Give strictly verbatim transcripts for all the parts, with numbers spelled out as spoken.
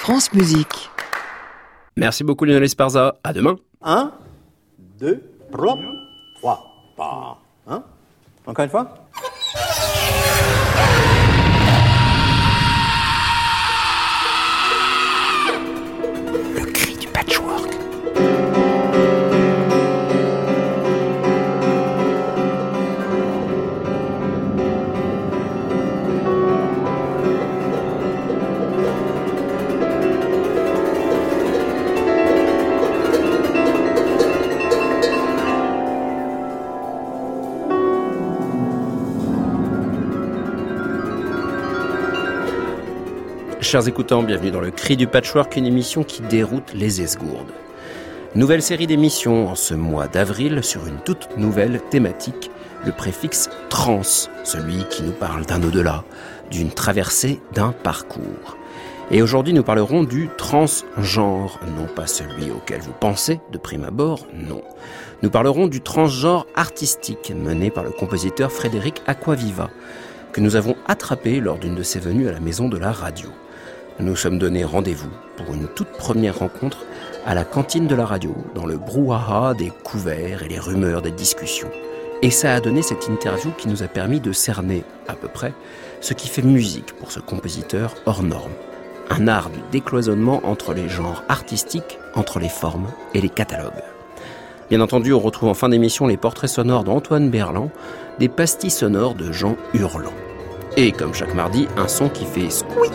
France Musique. Merci beaucoup Lionel Esparza, à demain. Un, deux, plop, trois, pas. Hein? Encore une fois? Le cri du patchwork. Chers écoutants, bienvenue dans le Cri du Patchwork, une émission qui déroute les esgourdes. Nouvelle série d'émissions en ce mois d'avril sur une toute nouvelle thématique, le préfixe trans, celui qui nous parle d'un au-delà, d'une traversée, d'un parcours. Et aujourd'hui, nous parlerons du transgenre, non pas celui auquel vous pensez de prime abord, non. Nous parlerons du transgenre artistique mené par le compositeur Frédéric Acquaviva, que nous avons attrapé lors d'une de ses venues à la Maison de la Radio. Nous nous sommes donné rendez-vous pour une toute première rencontre à la cantine de la radio, dans le brouhaha des couverts et les rumeurs des discussions. Et ça a donné cette interview qui nous a permis de cerner, à peu près, ce qui fait musique pour ce compositeur hors norme. Un art du décloisonnement entre les genres artistiques, entre les formes et les catalogues. Bien entendu, on retrouve en fin d'émission les portraits sonores d'Antoine Berland, des pastilles sonores de Jean Hurlant. Et comme chaque mardi, un son qui fait squeak.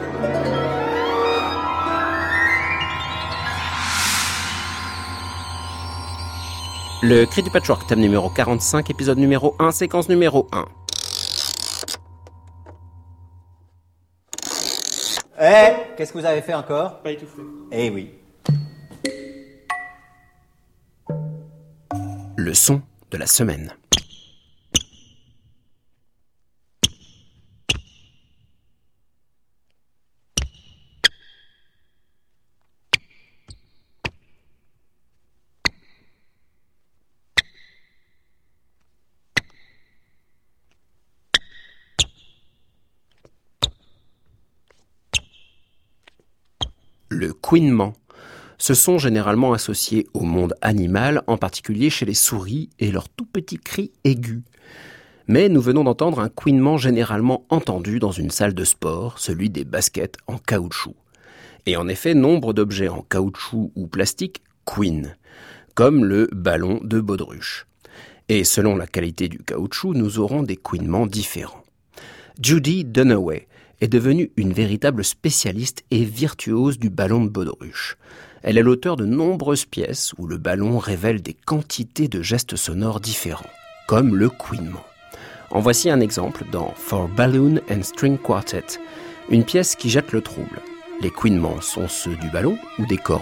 Le Cri du Patchwork, thème numéro quarante-cinq, épisode numéro un, séquence numéro un. Eh, hey, qu'est-ce que vous avez fait encore? Pas étouffé. Eh oui. Le son de la semaine. Le couinement. Ce son généralement associé au monde animal, en particulier chez les souris et leurs tout petits cris aigus. Mais nous venons d'entendre un couinement généralement entendu dans une salle de sport, celui des baskets en caoutchouc. Et en effet, nombre d'objets en caoutchouc ou plastique couinent, comme le ballon de baudruche. Et selon la qualité du caoutchouc, nous aurons des couinements différents. Judy Dunaway est devenue une véritable spécialiste et virtuose du ballon de baudruche. Elle est l'auteur de nombreuses pièces où le ballon révèle des quantités de gestes sonores différents, comme le couinement. En voici un exemple dans For Balloon and String Quartet, une pièce qui jette le trouble. Les couinements sont ceux du ballon ou des cordes ?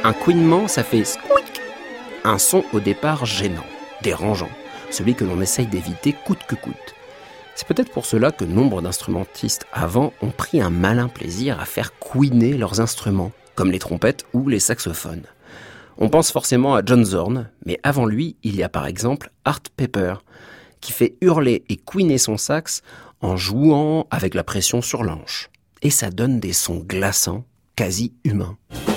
Un couinement, ça fait squeak, un son au départ gênant, dérangeant, celui que l'on essaye d'éviter coûte que coûte. C'est peut-être pour cela que nombre d'instrumentistes avant ont pris un malin plaisir à faire couiner leurs instruments, comme les trompettes ou les saxophones. On pense forcément à John Zorn, mais avant lui, il y a par exemple Art Pepper, qui fait hurler et couiner son sax en jouant avec la pression sur l'anche. Et ça donne des sons glaçants, quasi humains.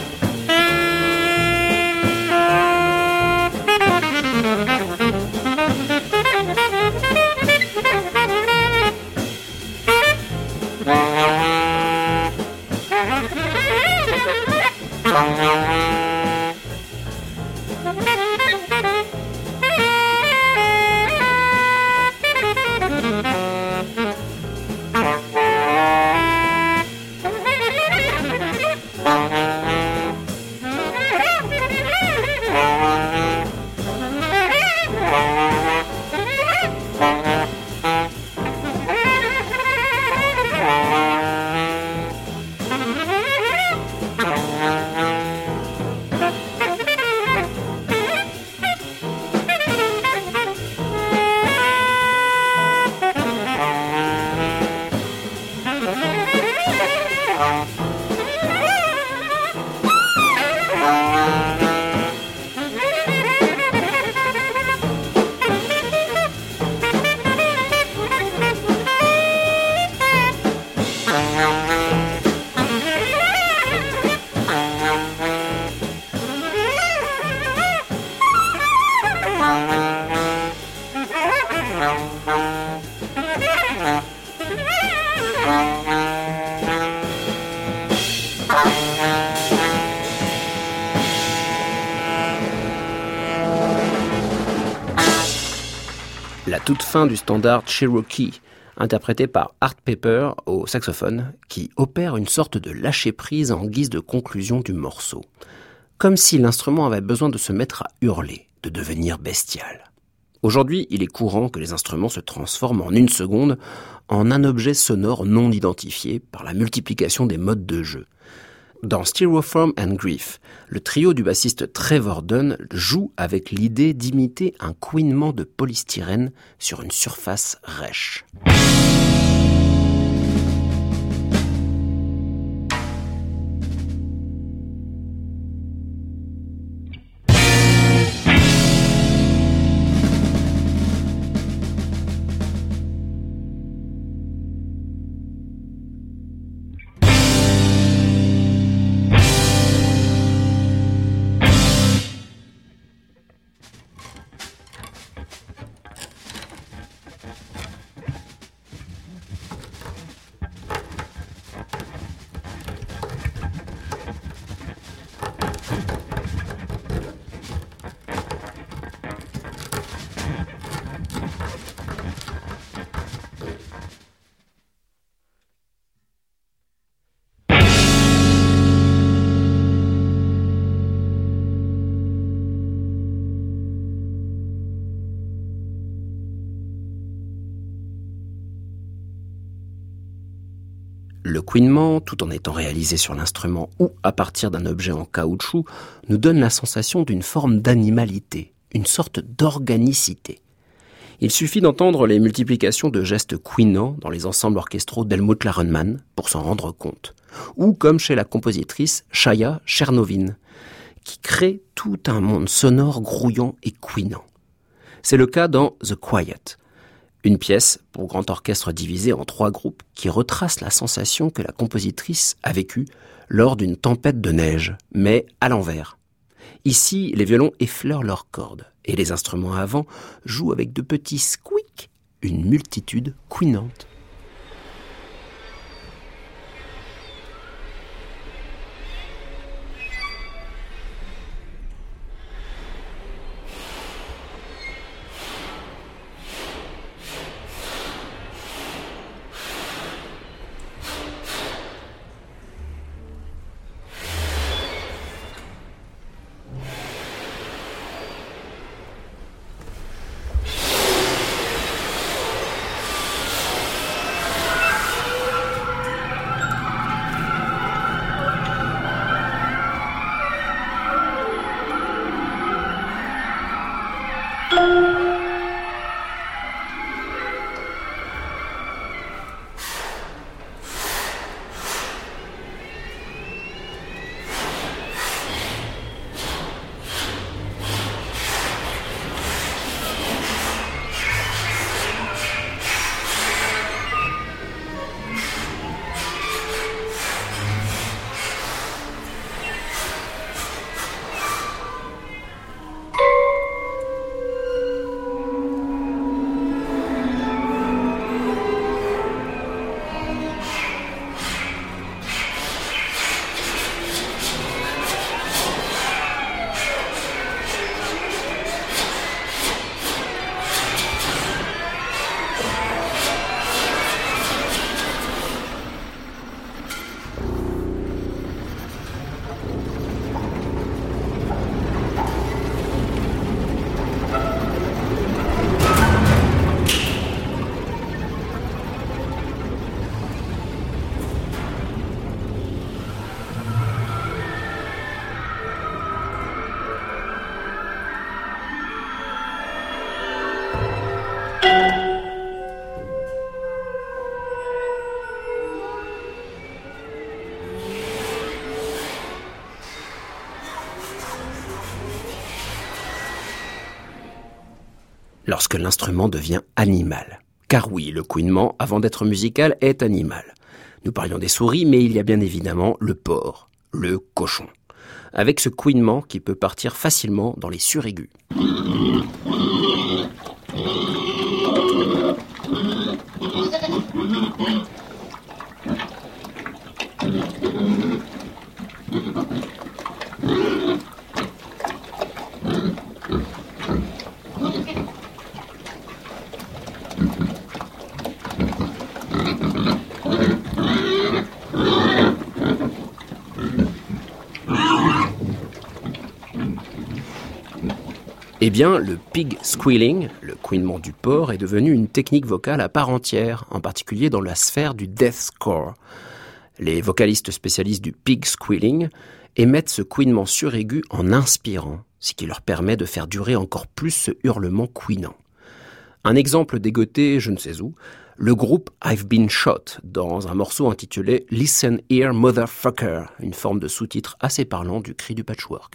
La toute fin du standard Cherokee, interprété par Art Pepper au saxophone, qui opère une sorte de lâcher-prise en guise de conclusion du morceau. Comme si l'instrument avait besoin de se mettre à hurler, de devenir bestial. Aujourd'hui, il est courant que les instruments se transforment en une seconde en un objet sonore non identifié par la multiplication des modes de jeu. Dans Styrofoam and Grief, le trio du bassiste Trevor Dunn joue avec l'idée d'imiter un couinement de polystyrène sur une surface rêche. Le couinement, tout en étant réalisé sur l'instrument ou à partir d'un objet en caoutchouc, nous donne la sensation d'une forme d'animalité, une sorte d'organicité. Il suffit d'entendre les multiplications de gestes couinants dans les ensembles orchestraux d'Helmut Larenmann pour s'en rendre compte. Ou comme chez la compositrice Chaya Chernovin, qui crée tout un monde sonore grouillant et couinant. C'est le cas dans The Quiet, une pièce pour grand orchestre divisée en trois groupes qui retrace la sensation que la compositrice a vécue lors d'une tempête de neige, mais à l'envers. Ici, les violons effleurent leurs cordes et les instruments à vent jouent avec de petits squeaks, une multitude couinante. lorsque l'instrument devient animal. Car oui, le couinement, avant d'être musical, est animal. Nous parlions des souris, mais il y a bien évidemment le porc, le cochon. Avec ce couinement qui peut partir facilement dans les suraigus. Eh bien, le pig squealing, le couinement du porc, est devenu une technique vocale à part entière, en particulier dans la sphère du deathcore. Les vocalistes spécialistes du pig squealing émettent ce couinement suraigu en inspirant, ce qui leur permet de faire durer encore plus ce hurlement couinant. Un exemple dégoté, je ne sais où, le groupe I've Been Shot, dans un morceau intitulé « Listen Here, Motherfucker », une forme de sous-titre assez parlant du cri du patchwork.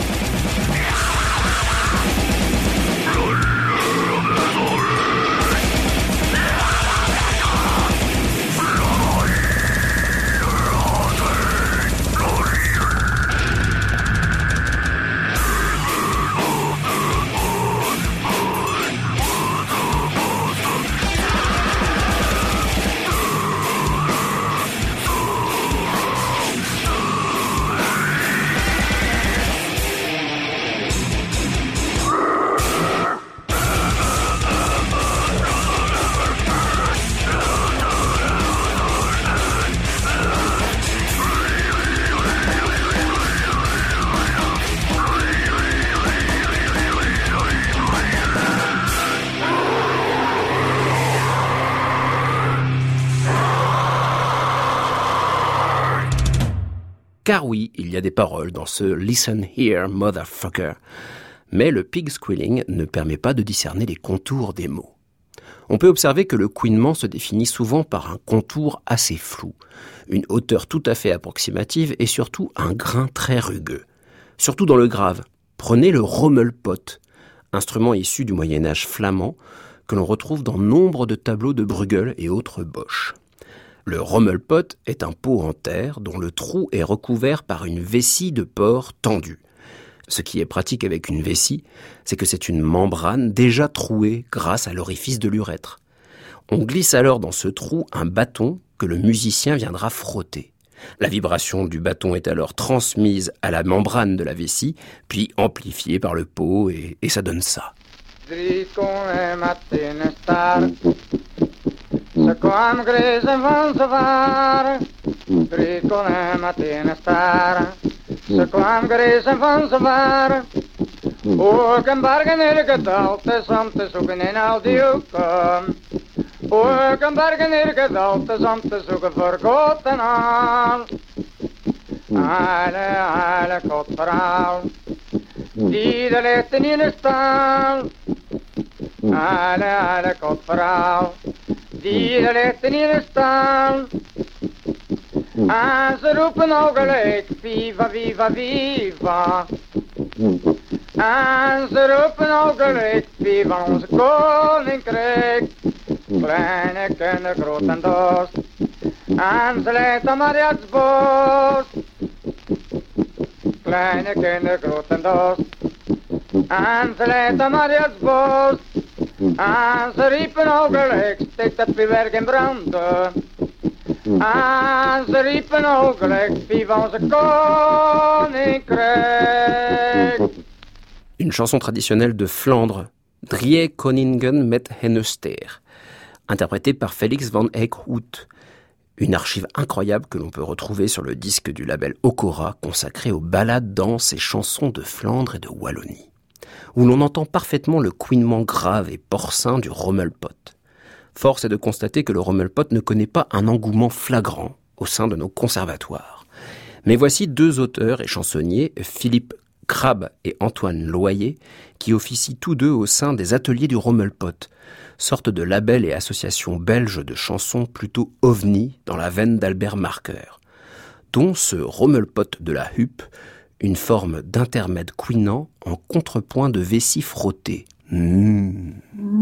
Car oui, il y a des paroles dans ce « Listen here, motherfucker », mais le pig squealing ne permet pas de discerner les contours des mots. On peut observer que le couinement se définit souvent par un contour assez flou, une hauteur tout à fait approximative et surtout un grain très rugueux. Surtout dans le grave. Prenez le rommelpot, instrument issu du Moyen-Âge flamand que l'on retrouve dans nombre de tableaux de Bruegel et autres Bosch. Le rommelpot est un pot en terre dont le trou est recouvert par une vessie de porc tendue. Ce qui est pratique avec une vessie, c'est que c'est une membrane déjà trouée grâce à l'orifice de l'urètre. On glisse alors dans ce trou un bâton que le musicien viendra frotter. La vibration du bâton est alors transmise à la membrane de la vessie, puis amplifiée par le pot, et, et ça donne ça. Ze kwam grezen van ze waren, drie kon hem meteen staren. Ze kwam grezen van ze waren, ook een bergen in gedalte, om te zoeken in al die hoeken. Ook een bergen in gedalte, om te zoeken voor God en al. Alle, alle Godverhaal, die de letten in de stal. Alle, alle Godverhaal, die er letten in de stal. En ze roepen al gelijk, viva, viva, viva. En ze roepen al gelijk, viva onze koninkrijk. Kleine kinderen, groot en dorst. En ze leidt aan Mariatsbos. Kleine kinderen, groot en dorst. En ze leidt aan Mariatsbos. En ze riepen al gelijk, steek dat vuurwerk in branden. En ze riepen al gelijk, viva onze koninkrijk. Une chanson traditionnelle de Flandre, Drie Koningen met Hennesteer, interprétée par Felix van Eyck-Hout. Une archive incroyable que l'on peut retrouver sur le disque du label Okora consacré aux ballades, danses et chansons de Flandre et de Wallonie, où l'on entend parfaitement le couinement grave et porcin du rommelpot. Force est de constater que le rommelpot ne connaît pas un engouement flagrant au sein de nos conservatoires. Mais voici deux auteurs et chansonniers, Philippe Crabbe et Antoine Loyer, qui officient tous deux au sein des ateliers du rommelpot, sorte de label et association belge de chansons plutôt ovni dans la veine d'Albert Marker, dont ce rommelpot de la huppe, une forme d'intermède couinant en contrepoint de vessie frottée, Mmh.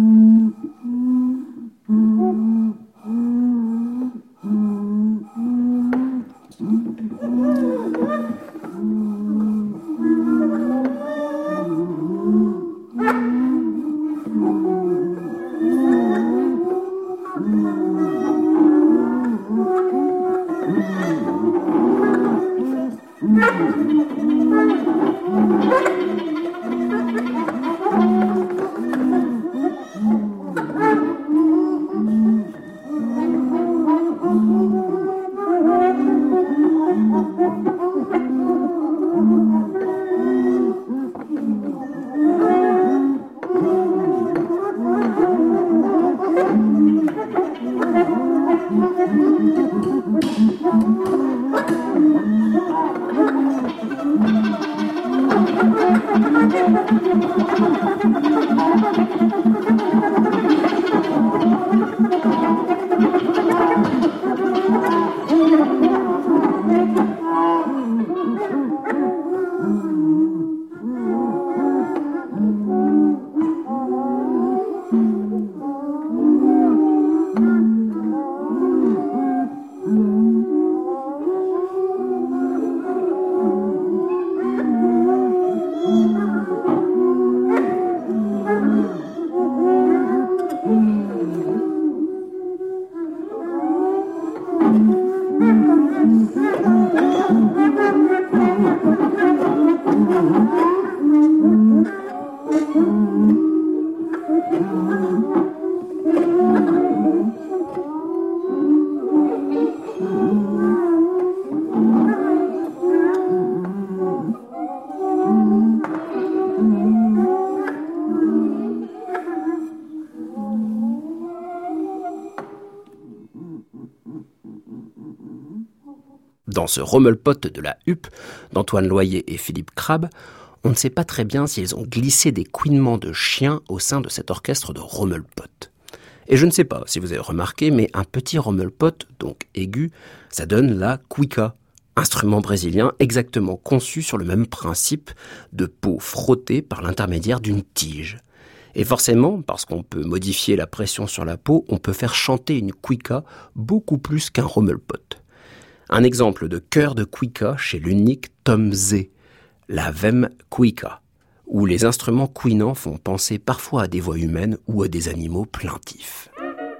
Dans ce Rommelpott de la Huppe, d'Antoine Loyer et Philippe Crabbe, on ne sait pas très bien s'ils ont glissé des couinements de chiens au sein de cet orchestre de Rommelpott. Et je ne sais pas si vous avez remarqué, mais un petit Rommelpott, donc aigu, ça donne la cuica, instrument brésilien exactement conçu sur le même principe de peau frottée par l'intermédiaire d'une tige. Et forcément, parce qu'on peut modifier la pression sur la peau, on peut faire chanter une cuica beaucoup plus qu'un Rommelpott. Un exemple de chœur de cuica chez l'unique Tom Zé, la Vem Cuica, où les instruments couinants font penser parfois à des voix humaines ou à des animaux plaintifs.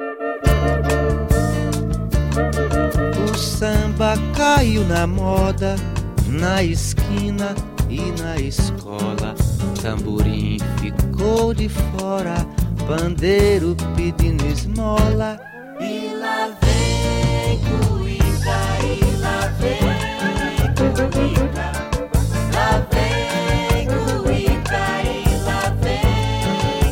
O samba caiu na moda, na esquina e na escola. Tamborim ficou de fora, pandeiro pedindo esmola. E lá vem cuica, e lá vem cuica, lá vem cuica, e lá vem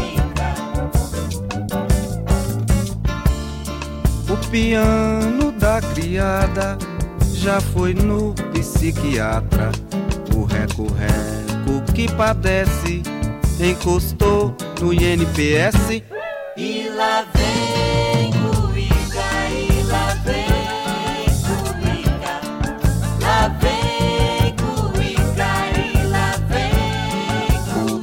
cuica. O piano da criada já foi no psiquiatra. O reco-reco que padece encostou no I N P S. E lá vem cuica, e lá vem cuica, lá vem cuica, e lá vem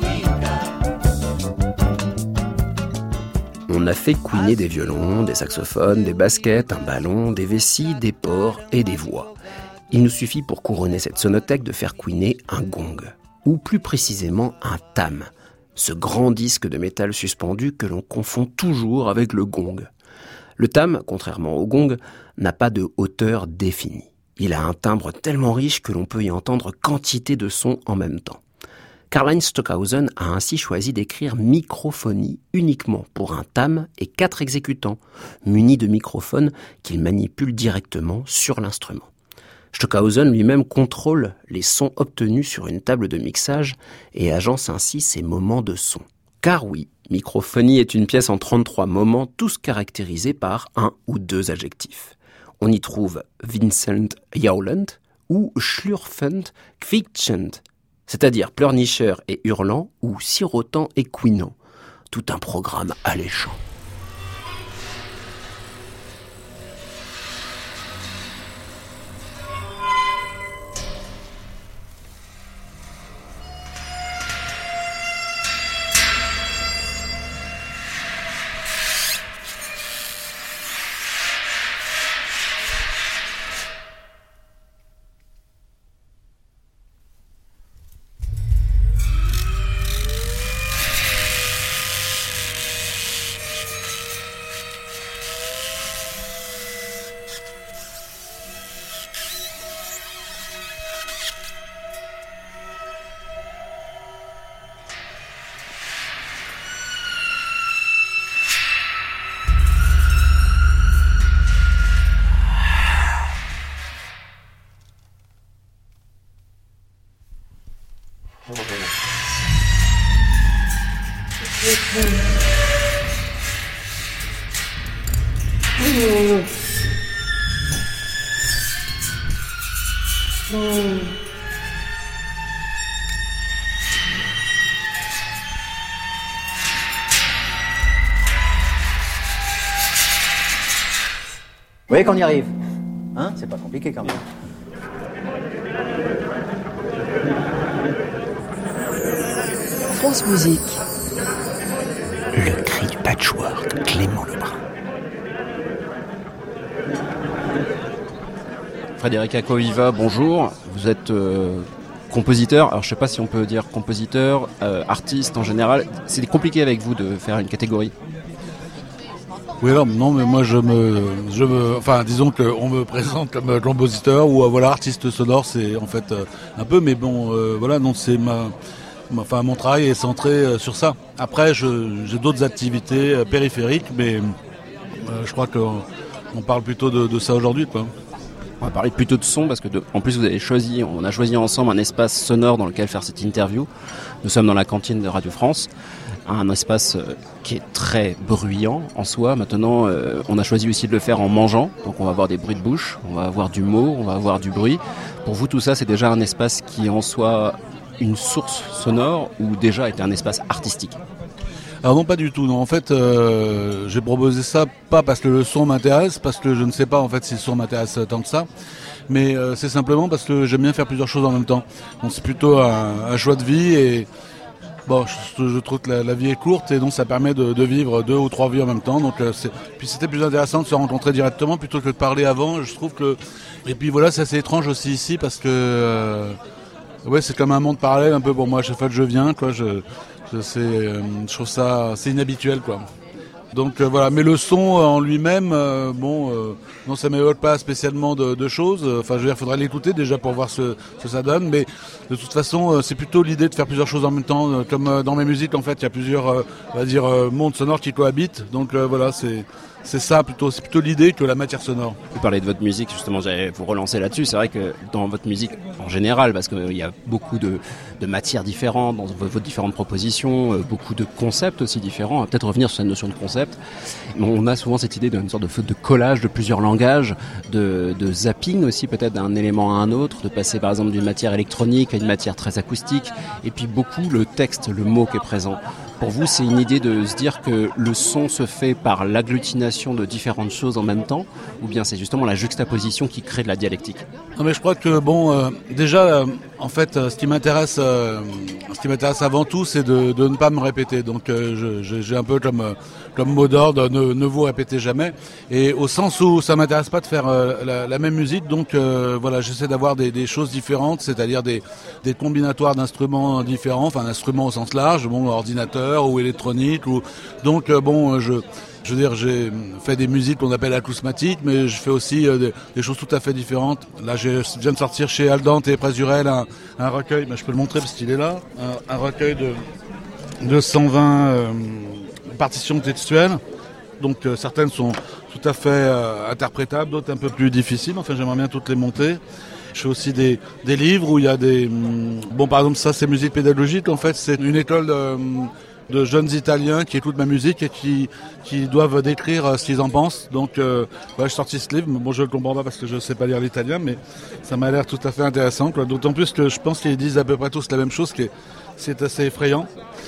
cuica. On a fait couiner des violons, des saxophones, des baskets, un ballon, des vessies, des porcs et des voix. Il nous suffit pour couronner cette sonothèque de faire couiner un gong, ou plus précisément un tam, ce grand disque de métal suspendu que l'on confond toujours avec le gong. Le tam, contrairement au gong, n'a pas de hauteur définie. Il a un timbre tellement riche que l'on peut y entendre quantité de sons en même temps. Karlheinz Stockhausen a ainsi choisi d'écrire microphonie uniquement pour un tam et quatre exécutants, munis de microphones qu'il manipule directement sur l'instrument. Stockhausen lui-même contrôle les sons obtenus sur une table de mixage et agence ainsi ses moments de son. Car oui, microphonie est une pièce en trente-trois moments, tous caractérisés par un ou deux adjectifs. On y trouve Vincent jaulend ou schlürfend, quietschend, c'est-à-dire pleurnicheur et hurlant ou sirotant et couinant. Tout un programme alléchant. Vous voyez qu'on y arrive, hein? C'est pas compliqué quand même. France Musique. Le cri du patchwork, Clément Lebrun. Frédéric Acquaviva, bonjour. Vous êtes euh, compositeur. Alors je sais pas si on peut dire compositeur, euh, artiste en général. C'est compliqué avec vous de faire une catégorie. Oui, alors, non, mais moi je me, je me, enfin, disons qu'on me présente comme euh, compositeur ou euh, voilà, artiste sonore, c'est en fait euh, un peu, mais bon, euh, voilà, non, c'est ma, ma, enfin, mon travail est centré euh, sur ça. Après, je, j'ai d'autres activités euh, périphériques, mais euh, je crois qu'on on parle plutôt de, de ça aujourd'hui, quoi. On va parler plutôt de son parce que de, en plus vous avez choisi, on a choisi ensemble un espace sonore dans lequel faire cette interview. Nous sommes dans la cantine de Radio France. Un espace qui est très bruyant en soi. Maintenant, euh, on a choisi aussi de le faire en mangeant. Donc on va avoir des bruits de bouche, on va avoir du mot, on va avoir du bruit. Pour vous, tout ça, c'est déjà un espace qui en soi une source sonore ou déjà était un espace artistique? Alors non, pas du tout. Non. En fait, euh, j'ai proposé ça pas parce que le son m'intéresse, parce que je ne sais pas en fait si le son m'intéresse tant que ça, mais euh, c'est simplement parce que j'aime bien faire plusieurs choses en même temps. Donc c'est plutôt un, un choix de vie et bon, je, je trouve que la, la vie est courte et donc ça permet de, de vivre deux ou trois vies en même temps. Donc euh, c'est, puis c'était plus intéressant de se rencontrer directement plutôt que de parler avant. Je trouve que et puis voilà, c'est assez étrange aussi ici parce que euh, ouais, c'est comme un monde parallèle un peu pour moi. À chaque fois que je viens, quoi, je je, c'est, euh, je trouve ça c'est inhabituel, quoi. Donc euh, voilà, mais le son euh, en lui-même, euh, bon, euh, non, ça m'évoque pas spécialement de, de choses. Enfin, je veux dire, faudrait l'écouter déjà pour voir ce, ce que ça donne. Mais de toute façon, euh, c'est plutôt l'idée de faire plusieurs choses en même temps. Euh, comme euh, dans mes musiques, en fait, il y a plusieurs, euh, on va dire, euh, mondes sonores qui cohabitent. Donc euh, voilà, c'est c'est ça plutôt, c'est plutôt l'idée que la matière sonore. Vous parlez de votre musique, justement, j'allais vous relancer là-dessus. C'est vrai que dans votre musique en général, parce qu'il y a beaucoup de, de matières différentes dans vos, vos différentes propositions, euh, beaucoup de concepts aussi différents. On va peut-être revenir sur cette notion de concept. Mais on a souvent cette idée d'une sorte de, de collage de plusieurs langages, de, de zapping aussi peut-être d'un élément à un autre, de passer par exemple d'une matière électronique à une matière très acoustique, et puis beaucoup le texte, le mot qui est présent. Pour vous, c'est une idée de se dire que le son se fait par l'agglutination de différentes choses en même temps, ou bien c'est justement la juxtaposition qui crée de la dialectique? Non, mais je crois que bon, euh, déjà, euh, en fait, euh, ce qui m'intéresse, euh, ce qui m'intéresse avant tout, c'est de, de ne pas me répéter. Donc, euh, je, je, j'ai un peu comme euh, comme mot d'ordre, ne, ne vous répétez jamais. Et au sens où ça m'intéresse pas de faire euh, la, la même musique, donc euh, voilà, j'essaie d'avoir des, des choses différentes, c'est-à-dire des, des combinatoires d'instruments différents, enfin d'instruments au sens large, bon, ordinateur ou électronique, ou donc euh, bon, je Je veux dire, j'ai fait des musiques qu'on appelle acousmatiques, mais je fais aussi euh, des, des choses tout à fait différentes. Là, je viens de sortir chez Aldante et Présurel un, un recueil, ben, je peux le montrer parce qu'il est là, un, un recueil de, de cent vingt euh, partitions textuelles. Donc euh, certaines sont tout à fait euh, interprétables, d'autres un peu plus difficiles. Enfin, j'aimerais bien toutes les monter. Je fais aussi des, des livres où il y a des... Bon, par exemple, ça, c'est musique pédagogique. En fait, c'est une école de... de jeunes Italiens qui écoutent ma musique et qui, qui doivent décrire euh, ce qu'ils en pensent. Donc, euh, ouais, j'ai sorti ce livre. Bon, je ne le comprends pas parce que je ne sais pas lire l'italien, mais ça m'a l'air tout à fait intéressant, quoi. D'autant plus que je pense qu'ils disent à peu près tous la même chose, qui est, c'est assez effrayant.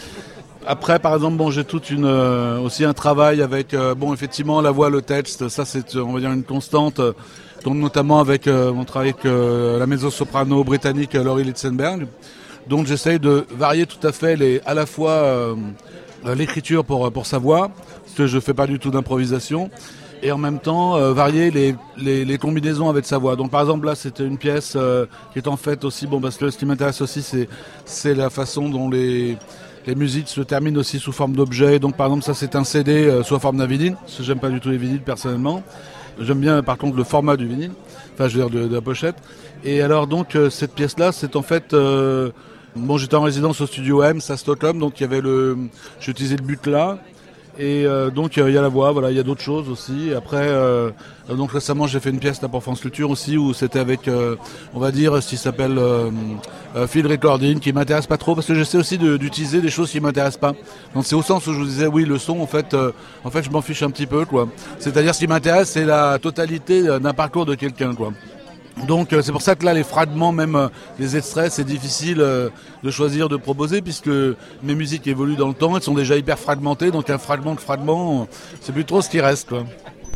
Après, par exemple, bon, j'ai toute une euh, aussi un travail avec, euh, bon, effectivement, la voix, le texte. Ça, c'est, on va dire, une constante. Euh, donc, notamment avec euh, mon travail avec euh, la mezzo-soprano britannique euh, Laurie Litzenberg. Donc j'essaye de varier tout à fait les, à la fois euh, l'écriture pour, pour sa voix, parce que je fais pas du tout d'improvisation, et en même temps euh, varier les, les, les combinaisons avec sa voix. Donc par exemple là c'était une pièce euh, qui est en fait aussi, bon parce que ce qui m'intéresse aussi c'est, c'est la façon dont les, les musiques se terminent aussi sous forme d'objets. Donc par exemple ça c'est un C D euh, sous forme d'un vinyle, parce que j'aime pas du tout les vinyles personnellement. J'aime bien par contre le format du vinyle, enfin je veux dire de, de la pochette. Et alors donc euh, cette pièce là c'est en fait... Euh, Bon, j'étais en résidence au studio M, à Stockholm, donc il y avait le, j'ai utilisé le but là, Et euh, donc il euh, y a la voix, voilà, il y a d'autres choses aussi. Après, euh, donc récemment j'ai fait une pièce là pour France Culture aussi où c'était avec, euh, on va dire, ce qui s'appelle euh, euh, field recording, qui m'intéresse pas trop parce que j'essaie aussi de, d'utiliser des choses qui m'intéressent pas. Donc c'est au sens où je vous disais, oui, le son, en fait, euh, en fait, je m'en fiche un petit peu, quoi. C'est-à-dire, ce qui m'intéresse, c'est la totalité d'un parcours de quelqu'un, quoi. Donc euh, c'est pour ça que là les fragments, même euh, les extraits, c'est difficile euh, de choisir, de proposer puisque mes musiques évoluent dans le temps, elles sont déjà hyper fragmentées, donc un fragment de fragment, euh, c'est plus trop ce qui reste, quoi.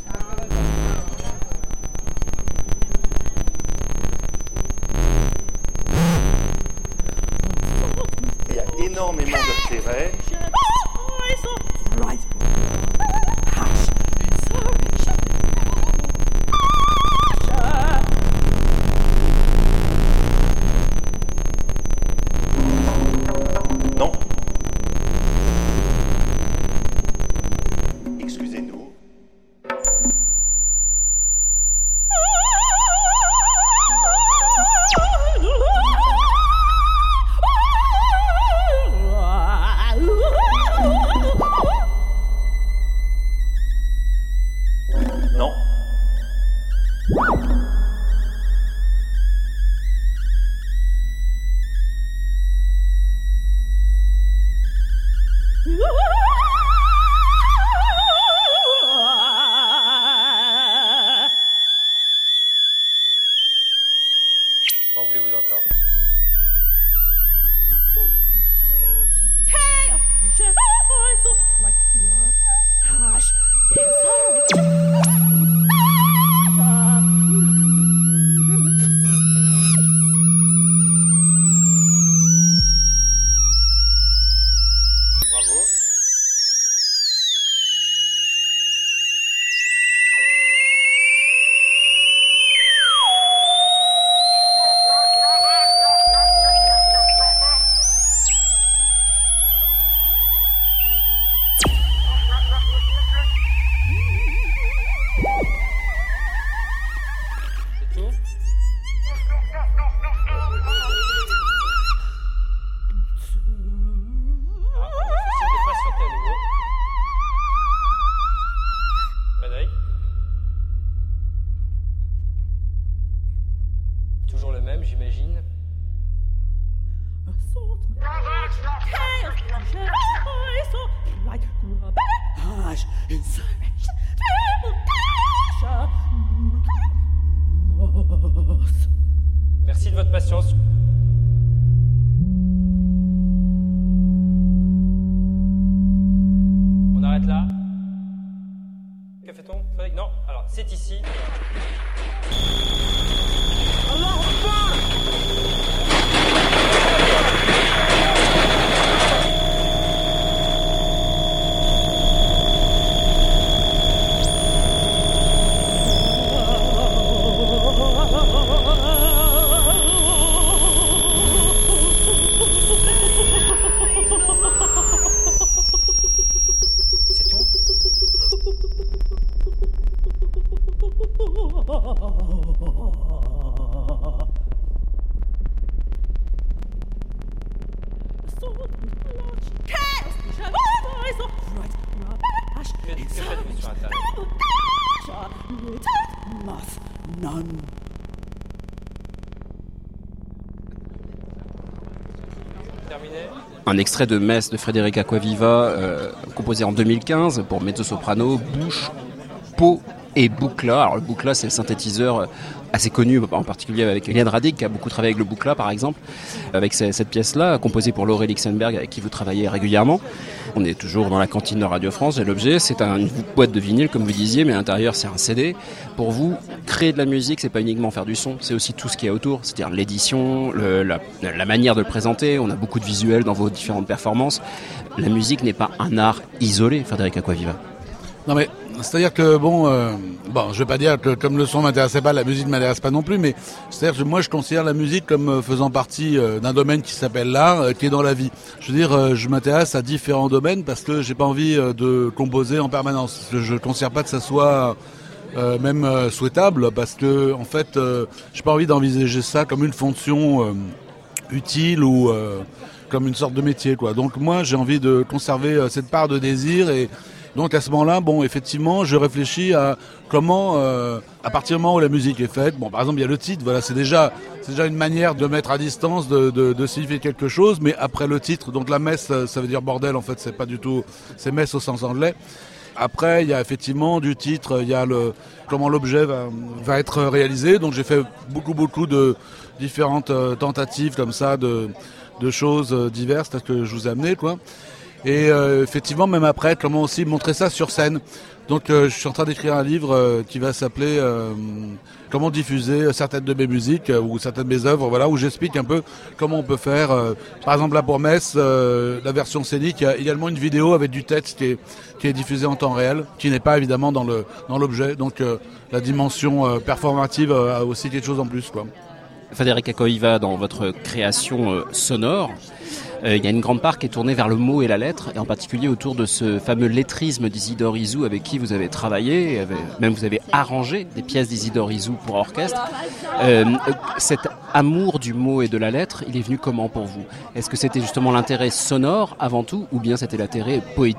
Il y a énormément d'intérêt. Non. Excusez-nous. Non. En voulez-vous encore? Bravo. C'est tout? Toujours le même, j'imagine. Merci de votre patience. On arrête là. Que fait-on? Frédéric? Non. Alors, c'est ici. C'est tout? Que, que faites-vous sur Internet? Terminé? Un extrait de Messe de Frédéric Acquaviva, euh, composé en deux mille quinze pour mezzo-soprano, bouche, peau et Buchla. Alors le Buchla, c'est le synthétiseur assez connu, en particulier avec Eliane Radic, qui a beaucoup travaillé avec le Buchla par exemple, avec cette pièce-là, composée pour Laurie Lichtenberg, avec qui vous travaillez régulièrement. On est toujours dans la cantine de Radio France, et l'objet, c'est un, une boîte de vinyle, comme vous disiez, mais à l'intérieur, c'est un C D. Pour vous, créer de la musique, c'est pas uniquement faire du son, c'est aussi tout ce qu'il y a autour, c'est-à-dire l'édition, le, la, la manière de le présenter. On a beaucoup de visuels dans vos différentes performances. La musique n'est pas un art isolé, Frédéric Acquaviva. Non mais, c'est-à-dire que bon, euh, bon, je vais pas dire que comme le son m'intéressait pas, la musique m'intéresse pas non plus, mais c'est-à-dire que moi je considère la musique comme faisant partie euh, d'un domaine qui s'appelle l'art, euh, qui est dans la vie. Je veux dire, euh, je m'intéresse à différents domaines parce que j'ai pas envie euh, de composer en permanence. Je ne considère pas que ça soit euh, même euh, souhaitable parce que en fait, euh, j'ai pas envie d'envisager ça comme une fonction euh, utile ou euh, comme une sorte de métier, quoi. Donc moi, j'ai envie de conserver euh, cette part de désir et Donc à ce moment-là, bon, effectivement, je réfléchis à comment, euh, à partir du moment où la musique est faite, bon, par exemple, il y a le titre, voilà, c'est déjà, c'est déjà une manière de mettre à distance, de, de, de signifier quelque chose, mais après le titre, donc la messe, ça veut dire bordel, en fait, c'est pas du tout, c'est messe au sens anglais. Après, il y a effectivement du titre, il y a le, comment l'objet va, va être réalisé, donc j'ai fait beaucoup, beaucoup de différentes euh, tentatives comme ça, de, de choses euh, diverses, telles que je vous ai amené, quoi. Et euh, effectivement, même après, comment aussi montrer ça sur scène. Donc euh, je suis en train d'écrire un livre euh, qui va s'appeler euh, Comment diffuser certaines de mes musiques euh, ou certaines de mes œuvres, voilà, où j'explique un peu comment on peut faire. Euh, par exemple là pour Metz, euh, la version scénique, il y a également une vidéo avec du texte qui est, qui est diffusée en temps réel, qui n'est pas évidemment dans le dans l'objet. Donc euh, la dimension euh, performative euh, a aussi quelque chose en plus, quoi. Frédéric Acquaviva, dans votre création euh, sonore, euh, il y a une grande part qui est tournée vers le mot et la lettre, et en particulier autour de ce fameux lettrisme d'Isidore Izou avec qui vous avez travaillé, avec, même vous avez arrangé des pièces d'Isidore Izou pour orchestre. Euh, cet amour du mot et de la lettre, il est venu comment pour vous ? Est-ce que c'était justement l'intérêt sonore avant tout, ou bien c'était l'intérêt poétique ?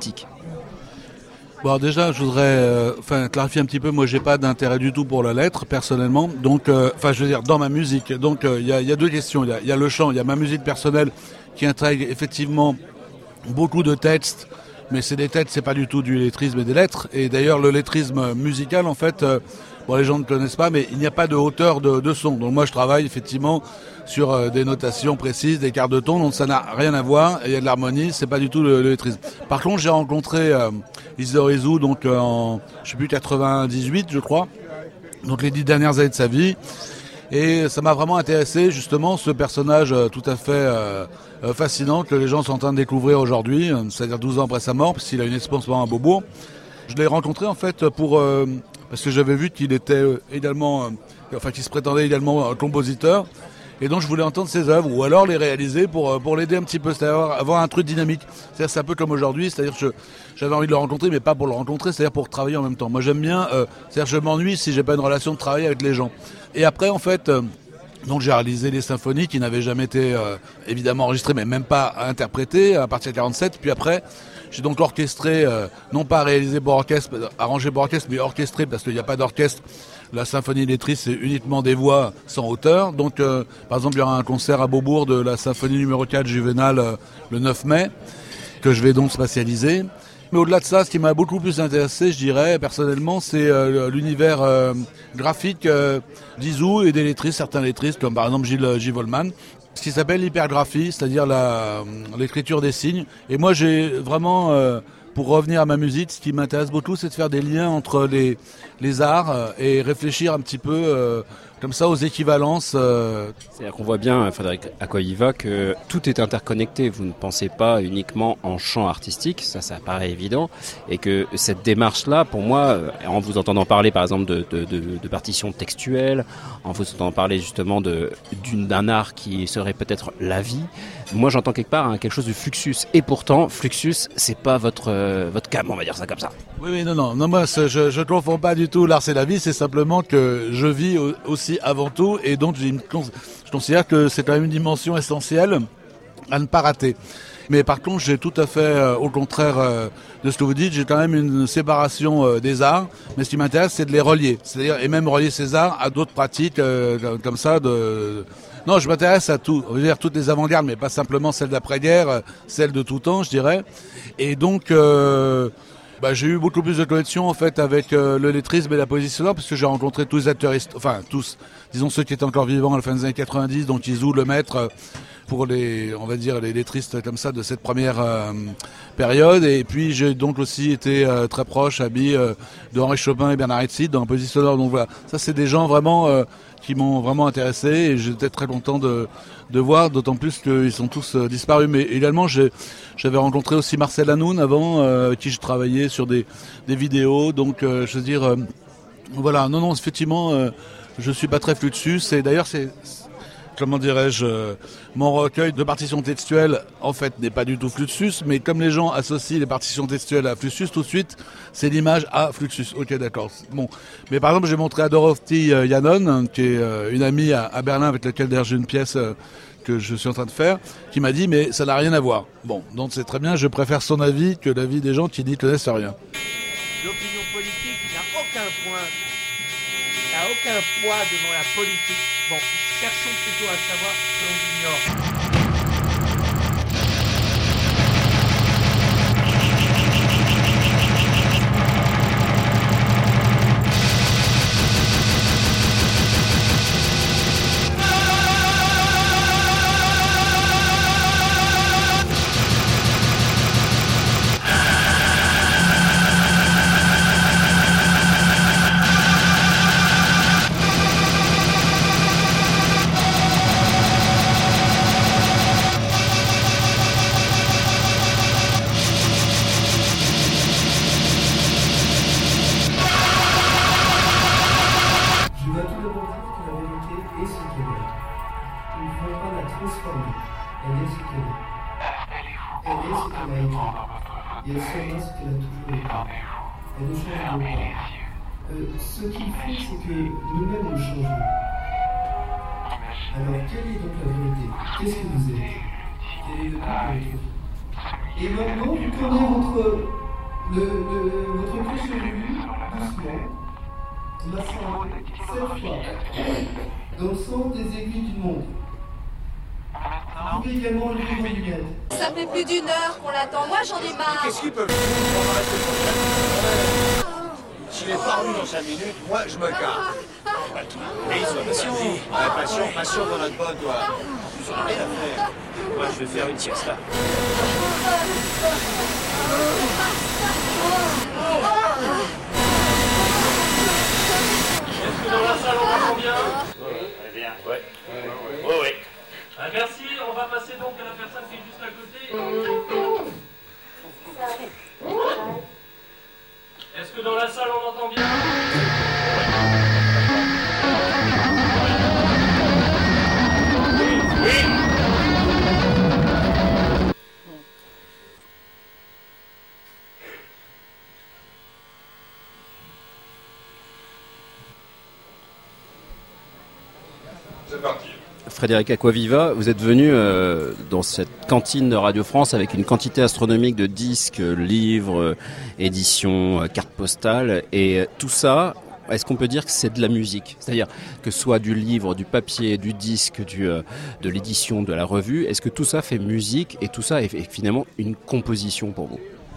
Bon, déjà, je voudrais euh, enfin, clarifier un petit peu. Moi, j'ai pas d'intérêt du tout pour la lettre, personnellement. Donc, euh, enfin, je veux dire, dans ma musique. Donc, il euh, y, a, y a deux questions. Il y, y a le chant, il y a ma musique personnelle qui intègre effectivement beaucoup de textes. Mais c'est des textes, c'est pas du tout du lettrisme et des lettres. Et d'ailleurs, le lettrisme musical, en fait, euh, bon, les gens ne connaissent pas, mais il n'y a pas de hauteur de, de son. Donc, moi, je travaille effectivement sur euh, des notations précises, des quarts de ton, donc ça n'a rien à voir. Il y a de l'harmonie, c'est pas du tout le, le lettrisme. Par contre, j'ai rencontré euh, Isidore Izou, donc euh, en, je sais plus, quatre-vingt-dix-huit, je crois, donc les dix dernières années de sa vie. Et ça m'a vraiment intéressé, justement, ce personnage euh, tout à fait euh, euh, fascinant que les gens sont en train de découvrir aujourd'hui, euh, c'est-à-dire douze ans après sa mort, puisqu'il a une exposition à Beaubourg. Je l'ai rencontré, en fait, pour euh, parce que j'avais vu qu'il était euh, également, euh, enfin, qu'il se prétendait également euh, compositeur. Et donc je voulais entendre ses œuvres ou alors les réaliser pour pour l'aider un petit peu, c'est-à-dire avoir un truc dynamique. C'est-à-dire c'est un peu comme aujourd'hui, c'est-à-dire que je, j'avais envie de le rencontrer, mais pas pour le rencontrer, c'est-à-dire pour travailler en même temps. Moi j'aime bien, euh, c'est-à-dire je m'ennuie si j'ai pas une relation de travail avec les gens. Et après en fait, euh, donc j'ai réalisé les symphonies qui n'avaient jamais été euh, évidemment enregistrées, mais même pas interprétées à partir de quarante-sept. Puis après, j'ai donc orchestré, euh, non pas réalisé pour orchestre, arrangé pour orchestre, mais orchestré parce qu'il n'y a pas d'orchestre. La symphonie lettriste, c'est uniquement des voix sans hauteur. Donc, euh, par exemple, il y aura un concert à Beaubourg de la symphonie numéro quatre Juvénal euh, le neuf mai, que je vais donc spatialiser. Mais au-delà de ça, ce qui m'a beaucoup plus intéressé, je dirais, personnellement, c'est euh, l'univers euh, graphique euh, d'Izou et des lettristes, certains lettristes, comme par exemple Gilles, Gilles Volman, ce qui s'appelle l'hypergraphie, c'est-à-dire la, l'écriture des signes. Et moi, j'ai vraiment... Euh, Pour revenir à ma musique, ce qui m'intéresse beaucoup, c'est de faire des liens entre les, les arts et réfléchir un petit peu euh, comme ça aux équivalences. Euh. C'est-à-dire qu'on voit bien, Frédéric Acquaviva, que tout est interconnecté. Vous ne pensez pas uniquement en chant artistique, ça, ça paraît évident, et que cette démarche-là, pour moi, en vous entendant parler, par exemple, de, de, de, de partitions textuelles, en vous entendant parler justement de, d'une, d'un art qui serait peut-être la vie, moi, j'entends quelque part hein, quelque chose du Fluxus. Et pourtant, Fluxus, c'est pas votre euh, votre cam, on va dire ça comme ça. Oui, oui, non, non, non, moi, je je confonds pas du tout l'art c'est la vie. C'est simplement que je vis aussi avant tout, et donc je considère que c'est quand même une dimension essentielle à ne pas rater. Mais par contre, j'ai tout à fait, euh, au contraire euh, de ce que vous dites, j'ai quand même une séparation euh, des arts. Mais ce qui m'intéresse, c'est de les relier, c'est-à-dire et même relier ces arts à d'autres pratiques euh, comme ça de. Non, je m'intéresse à tout, je veux dire toutes les avant-gardes, mais pas simplement celles d'après-guerre, celles de tout temps, je dirais. Et donc, euh, bah, j'ai eu beaucoup plus de connexion en fait avec euh, le lettrisme et la poésie sonore, parce que j'ai rencontré tous les acteurs, enfin tous, disons ceux qui étaient encore vivants à la fin des années quatre-vingt-dix, donc Izou, Le Maître, pour les, on va dire les lettristes comme ça de cette première euh, période. Et puis j'ai donc aussi été euh, très proche, ami euh, de Henri Chopin et Bernard Haitzy dans la poésie sonore. Donc voilà, ça c'est des gens vraiment euh, qui m'ont vraiment intéressé, et j'étais très content de, de voir, d'autant plus qu'ils sont tous euh, disparus. Mais également, j'ai, j'avais rencontré aussi Marcel Hanoun avant, euh, avec qui je travaillais sur des, des vidéos. Donc, euh, je veux dire, euh, voilà, non, non, effectivement, euh, je suis pas très Fluxus. Et d'ailleurs, c'est, comment dirais-je, euh, mon recueil de partitions textuelles, en fait, n'est pas du tout Fluxus, mais comme les gens associent les partitions textuelles à Fluxus, tout de suite, c'est l'image à Fluxus. Ok, d'accord. Bon. Mais par exemple, j'ai montré à Dorothy euh, Yannon, qui est euh, une amie à, à Berlin avec laquelle d'ailleurs j'ai une pièce euh, que je suis en train de faire, qui m'a dit, mais ça n'a rien à voir. Bon, donc c'est très bien, je préfère son avis que l'avis des gens qui n'y connaissent rien. L'opinion politique n'a aucun point, n'a aucun poids devant la politique. Bon, cherchons plutôt à savoir ce que l'on ignore. Ce qu'il faut, c'est que nous-mêmes nous changeons. Alors, quelle est donc la vérité? Qu'est-ce que vous êtes? Quel est le but de votre vie? Et maintenant, vous prenez votre, le, le, votre clé chevelu, doucement, massant sept fois, dans le sens des aiguilles du monde. Vous pouvez également lever vos lunettes. Ça fait plus d'une heure qu'on l'attend. Moi, j'en ai marre. Qu'est-ce qu'il peut faire? S'il n'est pas revenu dans cinq minutes, moi je me gare. Mais il soit patient. Ouais, patient, patient dans notre bonne, toi. Tu n'auras rien à faire. Moi je vais faire une siesta. Est-ce que dans la salle on m'entend bien? Oui, très bien. Ouais. Oui, oui. Ah, merci, on va passer donc à la personne qui est juste à côté. Est-ce que dans la salle on entend bien? Oui, oui. C'est parti. Frédéric Acquaviva, vous êtes venu euh, dans cette cantine de Radio France avec une quantité astronomique de disques, livres, éditions, cartes postales, et tout ça, est-ce qu'on peut dire que c'est de la musique? C'est-à-dire que ce soit du livre, du papier, du disque, du, euh, de l'édition, de la revue, est-ce que tout ça fait musique et tout ça est, est finalement une composition pour vous?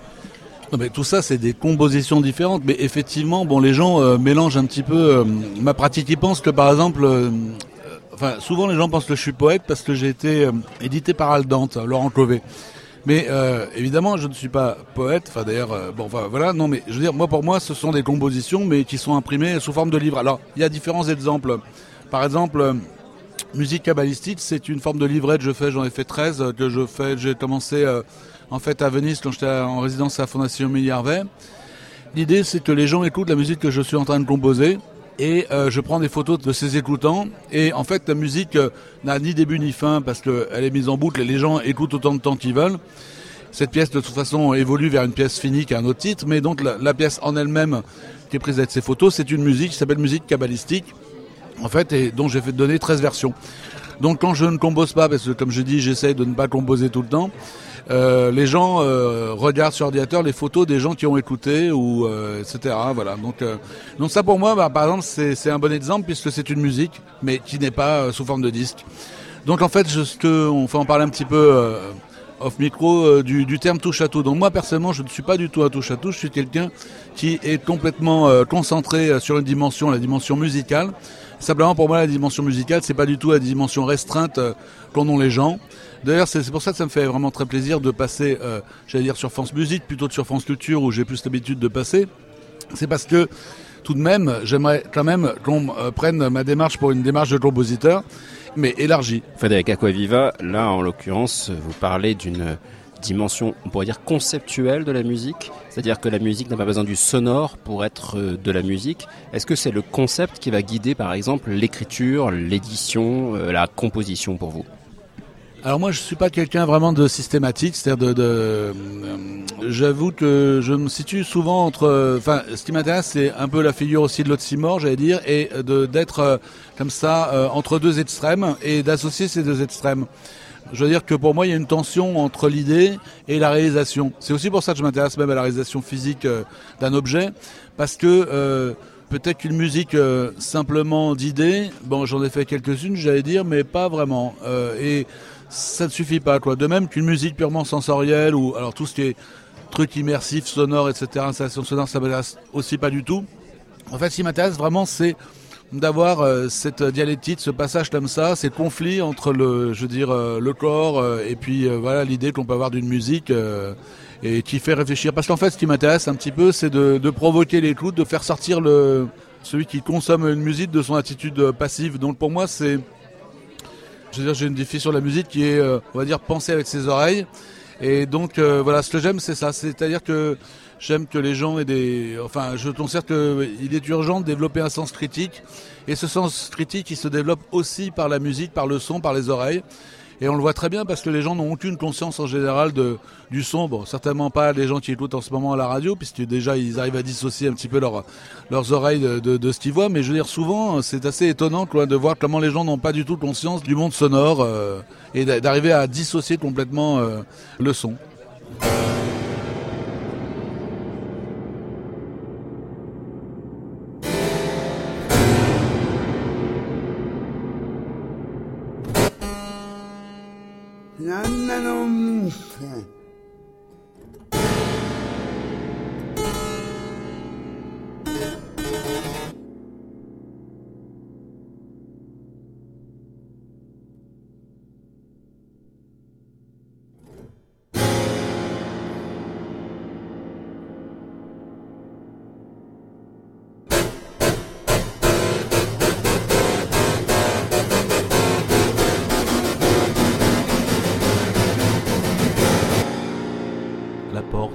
Non, mais tout ça, c'est des compositions différentes. Mais effectivement, bon, les gens euh, mélangent un petit peu euh, ma pratique. Ils pensent que, par exemple, euh, enfin, souvent les gens pensent que je suis poète parce que j'ai été euh, édité par Aldante, Laurent Clovet. Mais euh, évidemment, je ne suis pas poète. Enfin, d'ailleurs, euh, bon, enfin, voilà. Non, mais je veux dire, moi, pour moi, ce sont des compositions, mais qui sont imprimées sous forme de livres. Alors, il y a différents exemples. Par exemple, euh, musique kabbalistique, c'est une forme de livret que je fais. J'en ai fait treize que je fais. J'ai commencé euh, en fait à Venise quand j'étais en résidence à la Fondation Émile Hervé. L'idée, c'est que les gens écoutent la musique que je suis en train de composer. Et euh, je prends des photos de ces écoutants. Et en fait, la musique euh, n'a ni début ni fin parce qu'elle est mise en boucle et les gens écoutent autant de temps qu'ils veulent. Cette pièce, de toute façon, évolue vers une pièce finie qui a un autre titre. Mais donc, la, la pièce en elle-même qui est prise avec ces photos, c'est une musique qui s'appelle musique kabbalistique, en fait, et dont j'ai fait donner treize versions. Donc, quand je ne compose pas, parce que comme je dis, j'essaye de ne pas composer tout le temps, Euh, les gens euh, regardent sur ordinateur les photos des gens qui ont écouté ou euh, et cetera. Voilà. Donc, euh, donc ça pour moi, bah, par exemple, c'est, c'est un bon exemple puisque c'est une musique, mais qui n'est pas euh, sous forme de disque. Donc en fait, je, que, on fait en parler un petit peu euh, off micro euh, du, du terme touche à tout. Donc moi personnellement, je ne suis pas du tout un touche à tout. Je suis quelqu'un qui est complètement euh, concentré sur une dimension, la dimension musicale. Simplement pour moi, la dimension musicale, c'est pas du tout la dimension restreinte euh, qu'en ont les gens. D'ailleurs, c'est, c'est pour ça que ça me fait vraiment très plaisir de passer, euh, j'allais dire sur France Musique, plutôt que sur France Culture, où j'ai plus l'habitude de passer. C'est parce que, tout de même, j'aimerais quand même qu'on euh, prenne ma démarche pour une démarche de compositeur, mais élargie. Frédéric Acquaviva, là, en l'occurrence, vous parlez d'une dimension, on pourrait dire, conceptuelle de la musique, c'est-à-dire que la musique n'a pas besoin du sonore pour être de la musique. Est-ce que c'est le concept qui va guider, par exemple, l'écriture, l'édition, euh, la composition pour vous ? Alors moi, je suis pas quelqu'un vraiment de systématique, c'est-à-dire de, de euh, j'avoue que je me situe souvent entre, enfin, ce qui m'intéresse, c'est un peu la figure aussi de l'oxymore, j'allais dire, et de d'être euh, comme ça euh, entre deux extrêmes et d'associer ces deux extrêmes. Je veux dire que pour moi, il y a une tension entre l'idée et la réalisation. C'est aussi pour ça que je m'intéresse même à la réalisation physique euh, d'un objet, parce que euh, peut-être qu'une musique euh, simplement d'idées, bon, j'en ai fait quelques-unes, j'allais dire, mais pas vraiment. Euh, et ça ne suffit pas, quoi. De même qu'une musique purement sensorielle, ou alors tout ce qui est truc immersif, sonore, et cetera, installation sonore, ça m'intéresse aussi pas du tout. En fait, ce qui m'intéresse vraiment, c'est d'avoir euh, cette dialectique, ce passage comme ça, ces conflits entre le, je veux dire, euh, le corps euh, et puis euh, voilà l'idée qu'on peut avoir d'une musique euh, et qui fait réfléchir. Parce qu'en fait, ce qui m'intéresse un petit peu, c'est de, de provoquer l'écoute, de faire sortir le celui qui consomme une musique de son attitude passive. Donc pour moi, c'est, je veux dire, j'ai une définition de la musique qui est, euh, on va dire, penser avec ses oreilles. Et donc euh, voilà, ce que j'aime, c'est ça, c'est-à-dire que j'aime que les gens aient des... Enfin, je considère qu'il est urgent de développer un sens critique. Et ce sens critique, il se développe aussi par la musique, par le son, par les oreilles. Et on le voit très bien parce que les gens n'ont aucune conscience en général de, du son. Bon, certainement pas les gens qui écoutent en ce moment à la radio, puisque déjà ils arrivent à dissocier un petit peu leur, leurs oreilles de, de, de ce qu'ils voient. Mais je veux dire, souvent, c'est assez étonnant quoi, de voir comment les gens n'ont pas du tout conscience du monde sonore euh, et d'arriver à dissocier complètement euh, le son. La porte.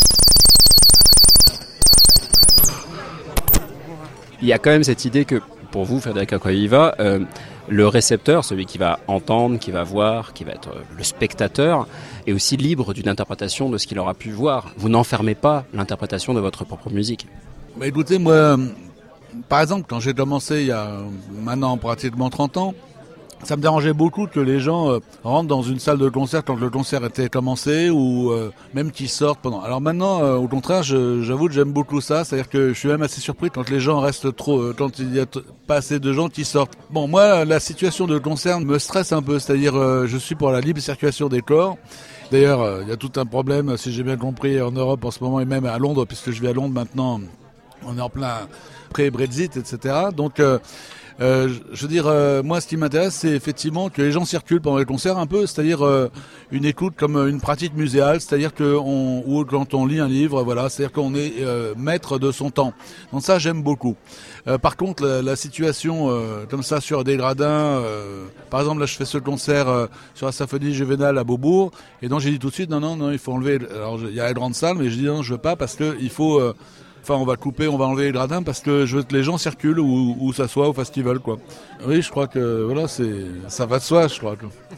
Il y a quand même cette idée que pour vous, Frédéric Acquaviva, euh, le récepteur, celui qui va entendre, qui va voir, qui va être le spectateur, est aussi libre d'une interprétation de ce qu'il aura pu voir. Vous n'enfermez pas l'interprétation de votre propre musique. Bah écoutez, moi, par exemple, quand j'ai commencé il y a maintenant pratiquement trente ans, ça me dérangeait beaucoup que les gens euh, rentrent dans une salle de concert quand le concert était commencé ou euh, même qu'ils sortent pendant. Alors maintenant, euh, au contraire, je, j'avoue que j'aime beaucoup ça. C'est-à-dire que je suis même assez surpris quand les gens restent trop, euh, quand il y a t- pas assez de gens qui sortent. Bon, moi, la situation de concert me stresse un peu. C'est-à-dire, euh, je suis pour la libre circulation des corps. D'ailleurs, euh, il y a tout un problème, si j'ai bien compris, en Europe en ce moment et même à Londres, puisque je vis à Londres maintenant. On est en plein pré-Brexit, et cetera. Donc, euh, Euh, je veux dire, euh, moi, ce qui m'intéresse, c'est effectivement que les gens circulent pendant les concerts un peu, c'est-à-dire euh, une écoute comme une pratique muséale, c'est-à-dire que on, ou quand on lit un livre, voilà, c'est-à-dire qu'on est euh, maître de son temps. Donc ça, j'aime beaucoup. Euh, par contre, la, la situation euh, comme ça sur des gradins, euh, par exemple, là, je fais ce concert euh, sur la symphonie Juvénal à Beaubourg, et donc j'ai dit tout de suite, non, non, non, il faut enlever. Alors, il y a la grande salle, mais je dis non, je veux pas parce que il faut. Euh, Enfin, on va couper, on va enlever les gradins parce que je veux que les gens circulent ou, ou s'assoient ou fassent ce qu'ils veulent, quoi. Oui, je crois que voilà, c'est ça va de soi, je crois.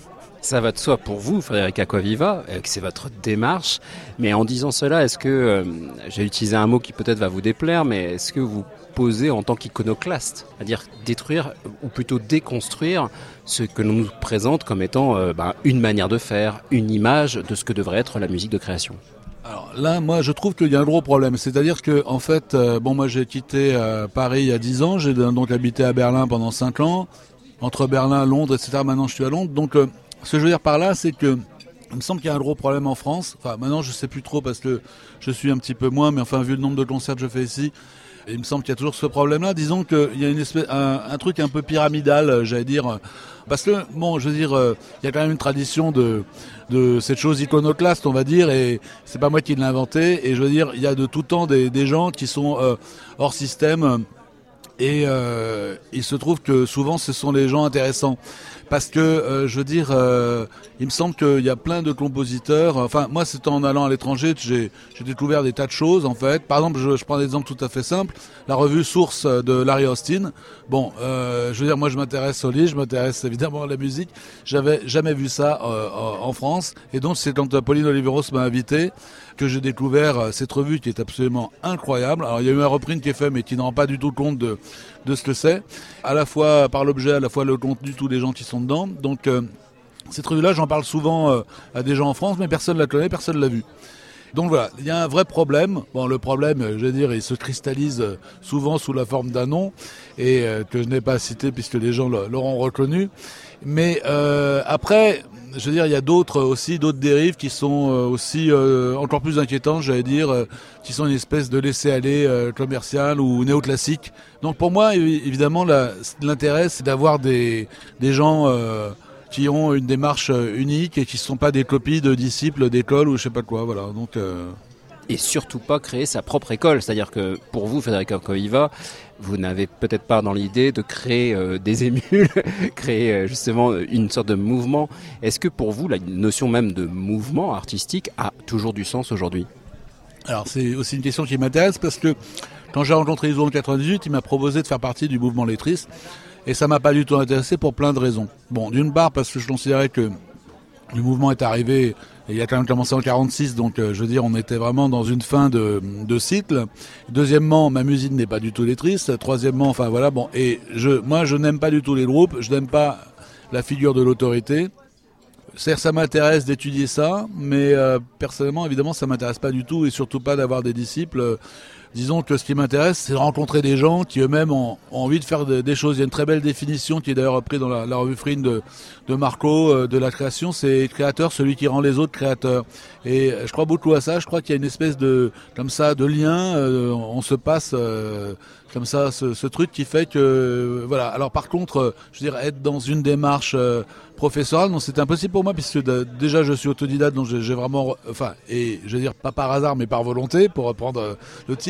Ça va de soi pour vous, Frédéric Acquaviva, euh, que c'est votre démarche. Mais en disant cela, est-ce que, euh, j'ai utilisé un mot qui peut-être va vous déplaire, mais est-ce que vous posez en tant qu'iconoclaste, c'est-à-dire détruire ou plutôt déconstruire ce que l'on nous présente comme étant euh, ben, une manière de faire, une image de ce que devrait être la musique de création? Alors là, moi, je trouve qu'il y a un gros problème. C'est-à-dire que, en fait, euh, bon, moi, j'ai quitté euh, Paris il y a dix ans. J'ai donc habité à Berlin pendant cinq ans. Entre Berlin, Londres, et cetera. Maintenant, je suis à Londres. Donc, euh, ce que je veux dire par là, c'est que il me semble qu'il y a un gros problème en France. Enfin, maintenant, je sais plus trop parce que je suis un petit peu moins. Mais enfin, vu le nombre de concerts que je fais ici, il me semble qu'il y a toujours ce problème-là. Disons qu'il y a une espèce, un, un truc un peu pyramidal, j'allais dire. Parce que, bon, je veux dire, euh, il y a quand même une tradition de, de cette chose iconoclaste, on va dire, et c'est pas moi qui l'ai inventé. Et je veux dire, il y a de tout temps des, des gens qui sont euh, hors système. Et euh, il se trouve que souvent, ce sont les gens intéressants. Parce que, euh, je veux dire, euh, il me semble qu'il y a plein de compositeurs. Enfin, moi, c'est en allant à l'étranger que j'ai, j'ai découvert des tas de choses, en fait. Par exemple, je, je prends un exemple tout à fait simple. La revue Source de Larry Austin. Bon, euh, je veux dire, moi, je m'intéresse au livre, je m'intéresse évidemment à la musique. J'avais jamais vu ça euh, en France. Et donc, c'est quand Pauline Oliveros m'a invité que j'ai découvert cette revue qui est absolument incroyable. Alors, il y a eu un reprint qui est fait, mais qui ne rend pas du tout compte de, de ce que c'est. À la fois par l'objet, à la fois le contenu, tous les gens qui sont dedans. Donc, euh, cette revue-là, j'en parle souvent euh, à des gens en France, mais personne ne la connaît, personne ne l'a vue. Donc voilà, il y a un vrai problème. Bon, le problème, je veux dire, il se cristallise souvent sous la forme d'un nom, et euh, que je n'ai pas cité puisque les gens l'auront reconnu. Mais euh, après, je veux dire, il y a d'autres aussi, d'autres dérives qui sont euh, aussi euh, encore plus inquiétantes, j'allais dire, euh, qui sont une espèce de laisser-aller euh, commercial ou néoclassique. Donc pour moi, évidemment, la, l'intérêt, c'est d'avoir des, des gens euh, qui ont une démarche unique et qui ne sont pas des copies de disciples d'école ou je sais pas quoi. Voilà. Donc euh... Et surtout pas créer sa propre école. C'est-à-dire que pour vous, Frédéric Acquaviva, vous n'avez peut-être pas dans l'idée de créer euh, des émules, créer euh, justement une sorte de mouvement. Est-ce que pour vous, la notion même de mouvement artistique a toujours du sens aujourd'hui? Alors c'est aussi une question qui m'intéresse parce que quand j'ai rencontré Iso en quatre-vingt-dix-huit, il m'a proposé de faire partie du mouvement lettriste et ça m'a pas du tout intéressé pour plein de raisons. Bon, d'une part parce que je considérais que le mouvement est arrivé, et il a quand même commencé en quarante-six, donc euh, je veux dire, on était vraiment dans une fin de, de cycle. Deuxièmement, ma musique n'est pas du tout lettriste. Troisièmement, enfin voilà, bon, et je, moi je n'aime pas du tout les groupes, je n'aime pas la figure de l'autorité. C'est-à-dire, ça m'intéresse d'étudier ça, mais euh, personnellement, évidemment, ça m'intéresse pas du tout, et surtout pas d'avoir des disciples. Euh, disons que ce qui m'intéresse, c'est de rencontrer des gens qui eux-mêmes ont, ont envie de faire de, des choses. Il y a une très belle définition qui est d'ailleurs reprise dans la, la revue Frine de, de Marco, euh, de la création, c'est créateur, celui qui rend les autres créateurs. Et je crois beaucoup à ça, je crois qu'il y a une espèce de, comme ça, de lien, euh, on se passe... Euh, comme ça, ce, ce truc qui fait que, euh, voilà. Alors par contre, euh, je veux dire, être dans une démarche euh, professorale, non, c'est impossible pour moi puisque de, déjà je suis autodidacte, donc j'ai, j'ai vraiment, enfin, et je veux dire pas par hasard, mais par volonté, pour reprendre euh, le titre.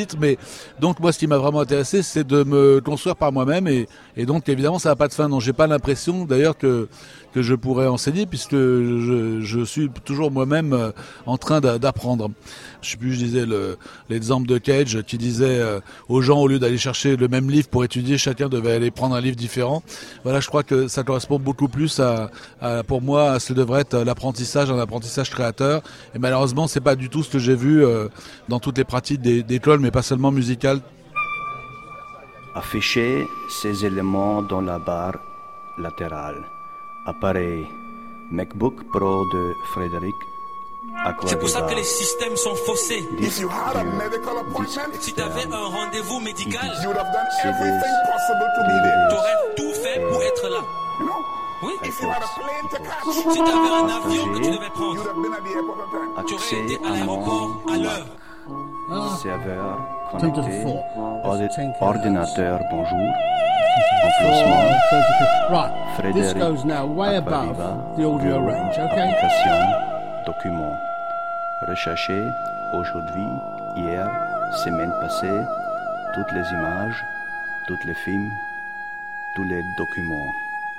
suite. Mais donc moi, ce qui m'a vraiment intéressé, c'est de me construire par moi-même, et, et donc évidemment, ça n'a pas de fin. Donc j'ai pas l'impression, d'ailleurs, que que je pourrais enseigner, puisque je, je suis toujours moi-même euh, en train d'apprendre. Je sais plus, je disais le, l'exemple de Cage qui disait euh, aux gens, au lieu d'aller chercher le même livre pour étudier, chacun devait aller prendre un livre différent. Voilà, je crois que ça correspond beaucoup plus à, à pour moi, à ce que devrait être l'apprentissage, un apprentissage créateur. Et malheureusement, c'est pas du tout ce que j'ai vu euh, dans toutes les pratiques des, d'école, mais pas seulement musicales. Afficher ces éléments dans la barre latérale. Appareil MacBook Pro de Frédéric Acquaviva. C'est pour ça que les systèmes sont faussés. Disque dur, Si tu avais un rendez-vous médical, C tu aurais tout fait pour être là. Oui. Si tu avais un avion que tu devais prendre, tu aurais été à l'aéroport à l'heure. Serveur connecté, ordinateur, bonjour. Emplacement, Right, this Frédéric goes now way above Acquaviva, the audio range, okay? Application, document. Rechercher aujourd'hui, hier, semaine passée, toutes les images, tous les films, tous les documents.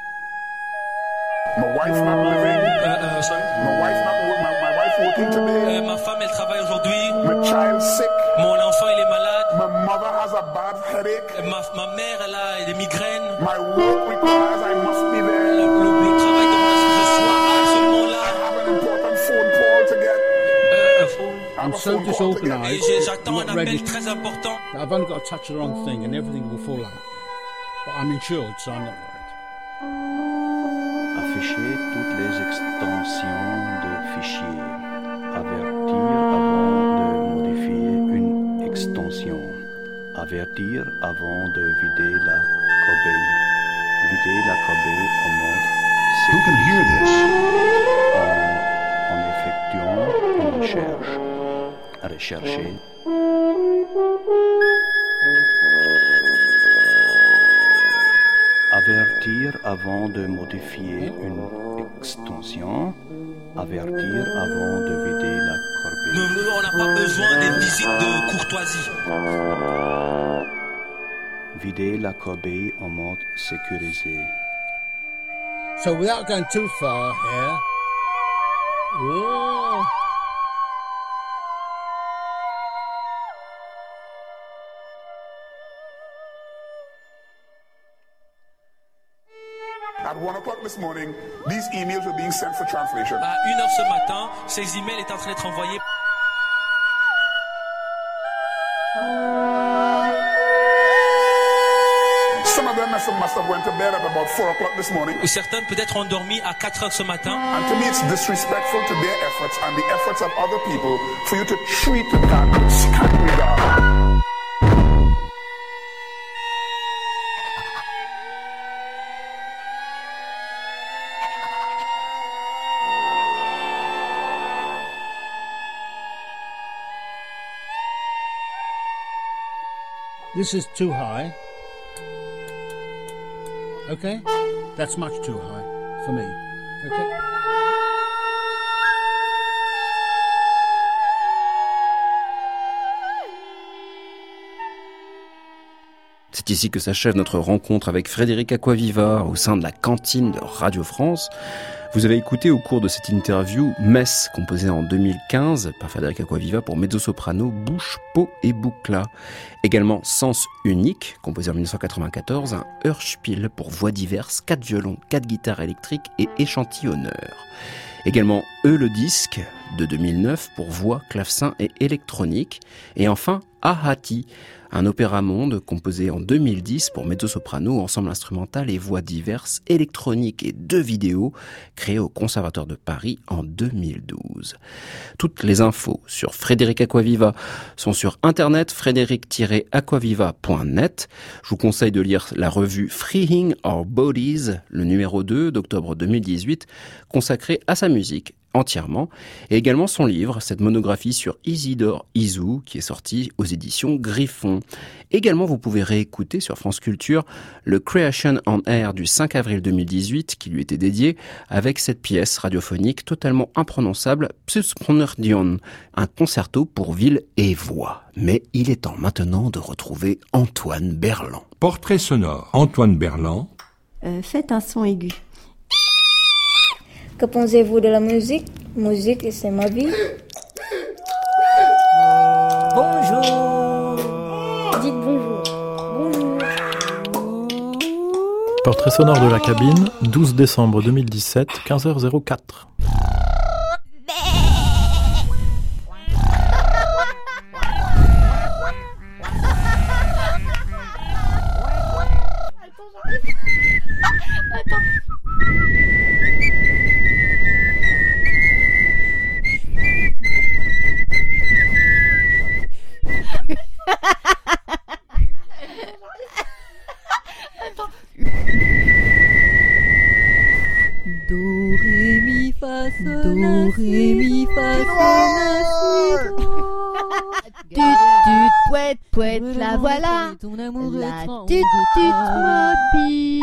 My wife not living. Euh, euh, sorry. My wife not work. My, my wife working today. Euh, ma femme, elle travaille aujourd'hui. My child sick. Mon enfant, il est malade. My mother has a bad headache. Euh, Ma, ma mère, elle a des migraines. My work requires I must be there. Le, le, le travail demande à ce que je sois absolument là. I have an important phone call to get. Euh, faut- I'm so Et disorganized. j'ai- j'attends not un appel ready. très important. I've only got to touch the wrong thing and everything will fall out. But I'm insured, so I'm not worried. Afficher toutes les extensions de fichiers. Avertir avant de modifier une extension. Avertir avant de vider la corbeille. Vider la corbeille en mode Who can hear this? En, en effectuant une recherche. Rechercher. Avertir avant de modifier une extension. Avertir avant de vider la corbeille. Nous, nous, on n'a pas besoin des visites de courtoisie. Vider la corbeille en mode sécurisé. So without going too far here, whoa. At one o'clock this morning, these emails were being sent for translation. À une heure ce matin, ces emails étaient en train d'être envoyés. Some of them must have, must have went to bed at about four o'clock this morning. Certains peut-être endormis à quatre heures ce matin. And to me, it's disrespectful to their efforts and the efforts of other people for you to treat that with scant regard. This is too high. Okay? That's much too high for me. Okay? C'est ici que s'achève notre rencontre avec Frédéric Acquaviva au sein de la cantine de Radio France. Vous avez écouté au cours de cette interview Mess, composée en deux mille quinze par Frédéric Acquaviva pour mezzo-soprano, bouche, peau et boucla. Également Sens unique, composé en dix-neuf cent quatre-vingt-quatorze, un Hörspiel pour voix diverses, quatre violons, quatre guitares électriques et échantillonneurs. Également Eux le disque de deux mille neuf pour voix, clavecin et électronique. Et enfin Ahati, un opéra-monde composé en deux mille dix pour mezzo-soprano, ensemble instrumental et voix diverses, électroniques et deux vidéos, créé au Conservatoire de Paris en deux mille douze. Toutes les infos sur Frédéric Acquaviva sont sur internet, frédéric tiret acquaviva point net. Je vous conseille de lire la revue Freeing Our Bodies, le numéro deux d'octobre deux mille dix-huit, consacré à sa musique entièrement, et également son livre, cette monographie sur Isidore Isou, qui est sorti aux éditions Griffon. Également, vous pouvez réécouter sur France Culture le Creation on Air du cinq avril deux mille dix-huit, qui lui était dédié, avec cette pièce radiophonique totalement imprononçable, Psyspronerdion, un concerto pour ville et voix. Mais il est temps maintenant de retrouver Antoine Berland. Portrait sonore, Antoine Berland. Euh, faites un son aigu. Que pensez-vous de la musique? Musique, c'est ma vie. Bonjour. Dites bonjour. Bonjour. Portrait sonore de la cabine, douze décembre deux mille dix-sept, quinze heures zéro quatre. Do, ré, mi, fa, sol, do, ré, mi, fa, sol, la, si, do. Tut, tut, pouet, pouet, la voilà. Ton amour La étrange. tut, tut, mobile.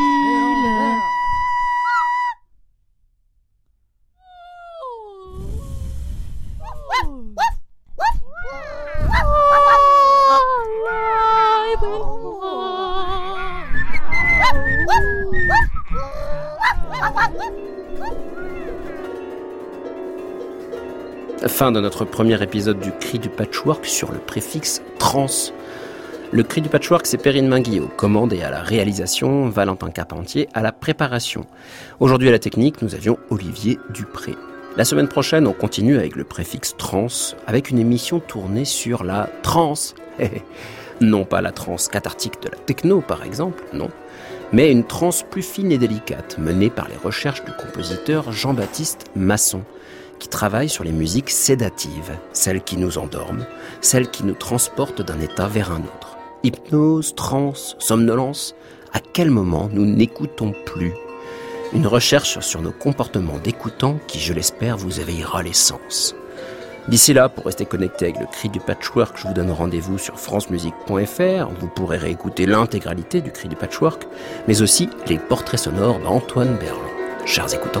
Fin de notre premier épisode du Cri du Patchwork sur le préfixe trans. Le Cri du Patchwork, c'est Perrine Minguy aux commandes et à la réalisation, Valentin Carpentier à la préparation. Aujourd'hui à la technique, nous avions Olivier Dupré. La semaine prochaine, on continue avec le préfixe trans, avec une émission tournée sur la trance. Non pas la trance cathartique de la techno, par exemple, non. Mais une trance plus fine et délicate, menée par les recherches du compositeur Jean-Baptiste Masson, qui travaille sur les musiques sédatives, celles qui nous endorment, celles qui nous transportent d'un état vers un autre. Hypnose, transe, somnolence, à quel moment nous n'écoutons plus? Une recherche sur nos comportements d'écoutants qui, je l'espère, vous éveillera les sens. D'ici là, pour rester connecté avec le Cri du Patchwork, je vous donne rendez-vous sur francemusique point f r. Vous pourrez réécouter l'intégralité du Cri du Patchwork, mais aussi les portraits sonores d'Antoine Berland. Chers écoutants.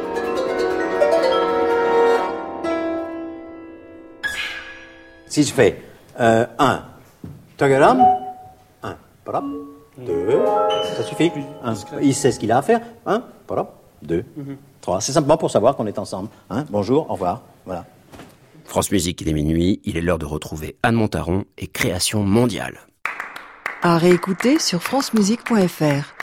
Si je fais euh, un, tagaram, un, parap, deux, ça suffit. Un, il sait ce qu'il a à faire. Un, parap, deux, trois. C'est simplement pour savoir qu'on est ensemble. Hein, bonjour, au revoir. Voilà. France Musique, il est minuit. Il est l'heure de retrouver Anne Montaron et Création mondiale. À réécouter sur francemusique point f r.